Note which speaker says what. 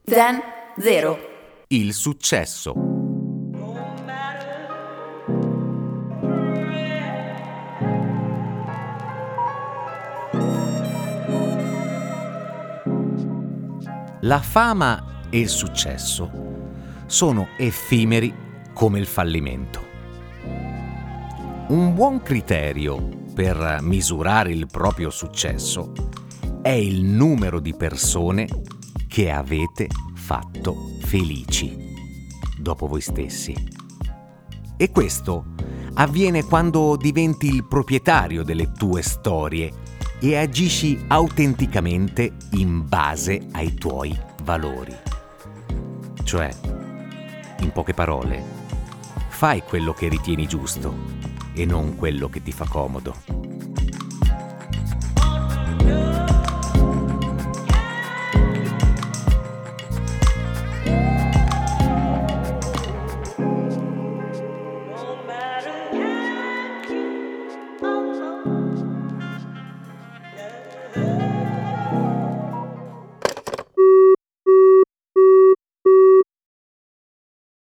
Speaker 1: Zen Zero.
Speaker 2: Il successo. La fama e il successo sono effimeri come il fallimento. Un buon criterio per misurare il proprio successo è il numero di persone che avete fatto felici dopo voi stessi. E questo avviene quando diventi il proprietario delle tue storie e agisci autenticamente in base ai tuoi valori. Cioè, in poche parole, fai quello che ritieni giusto e non quello che ti fa comodo.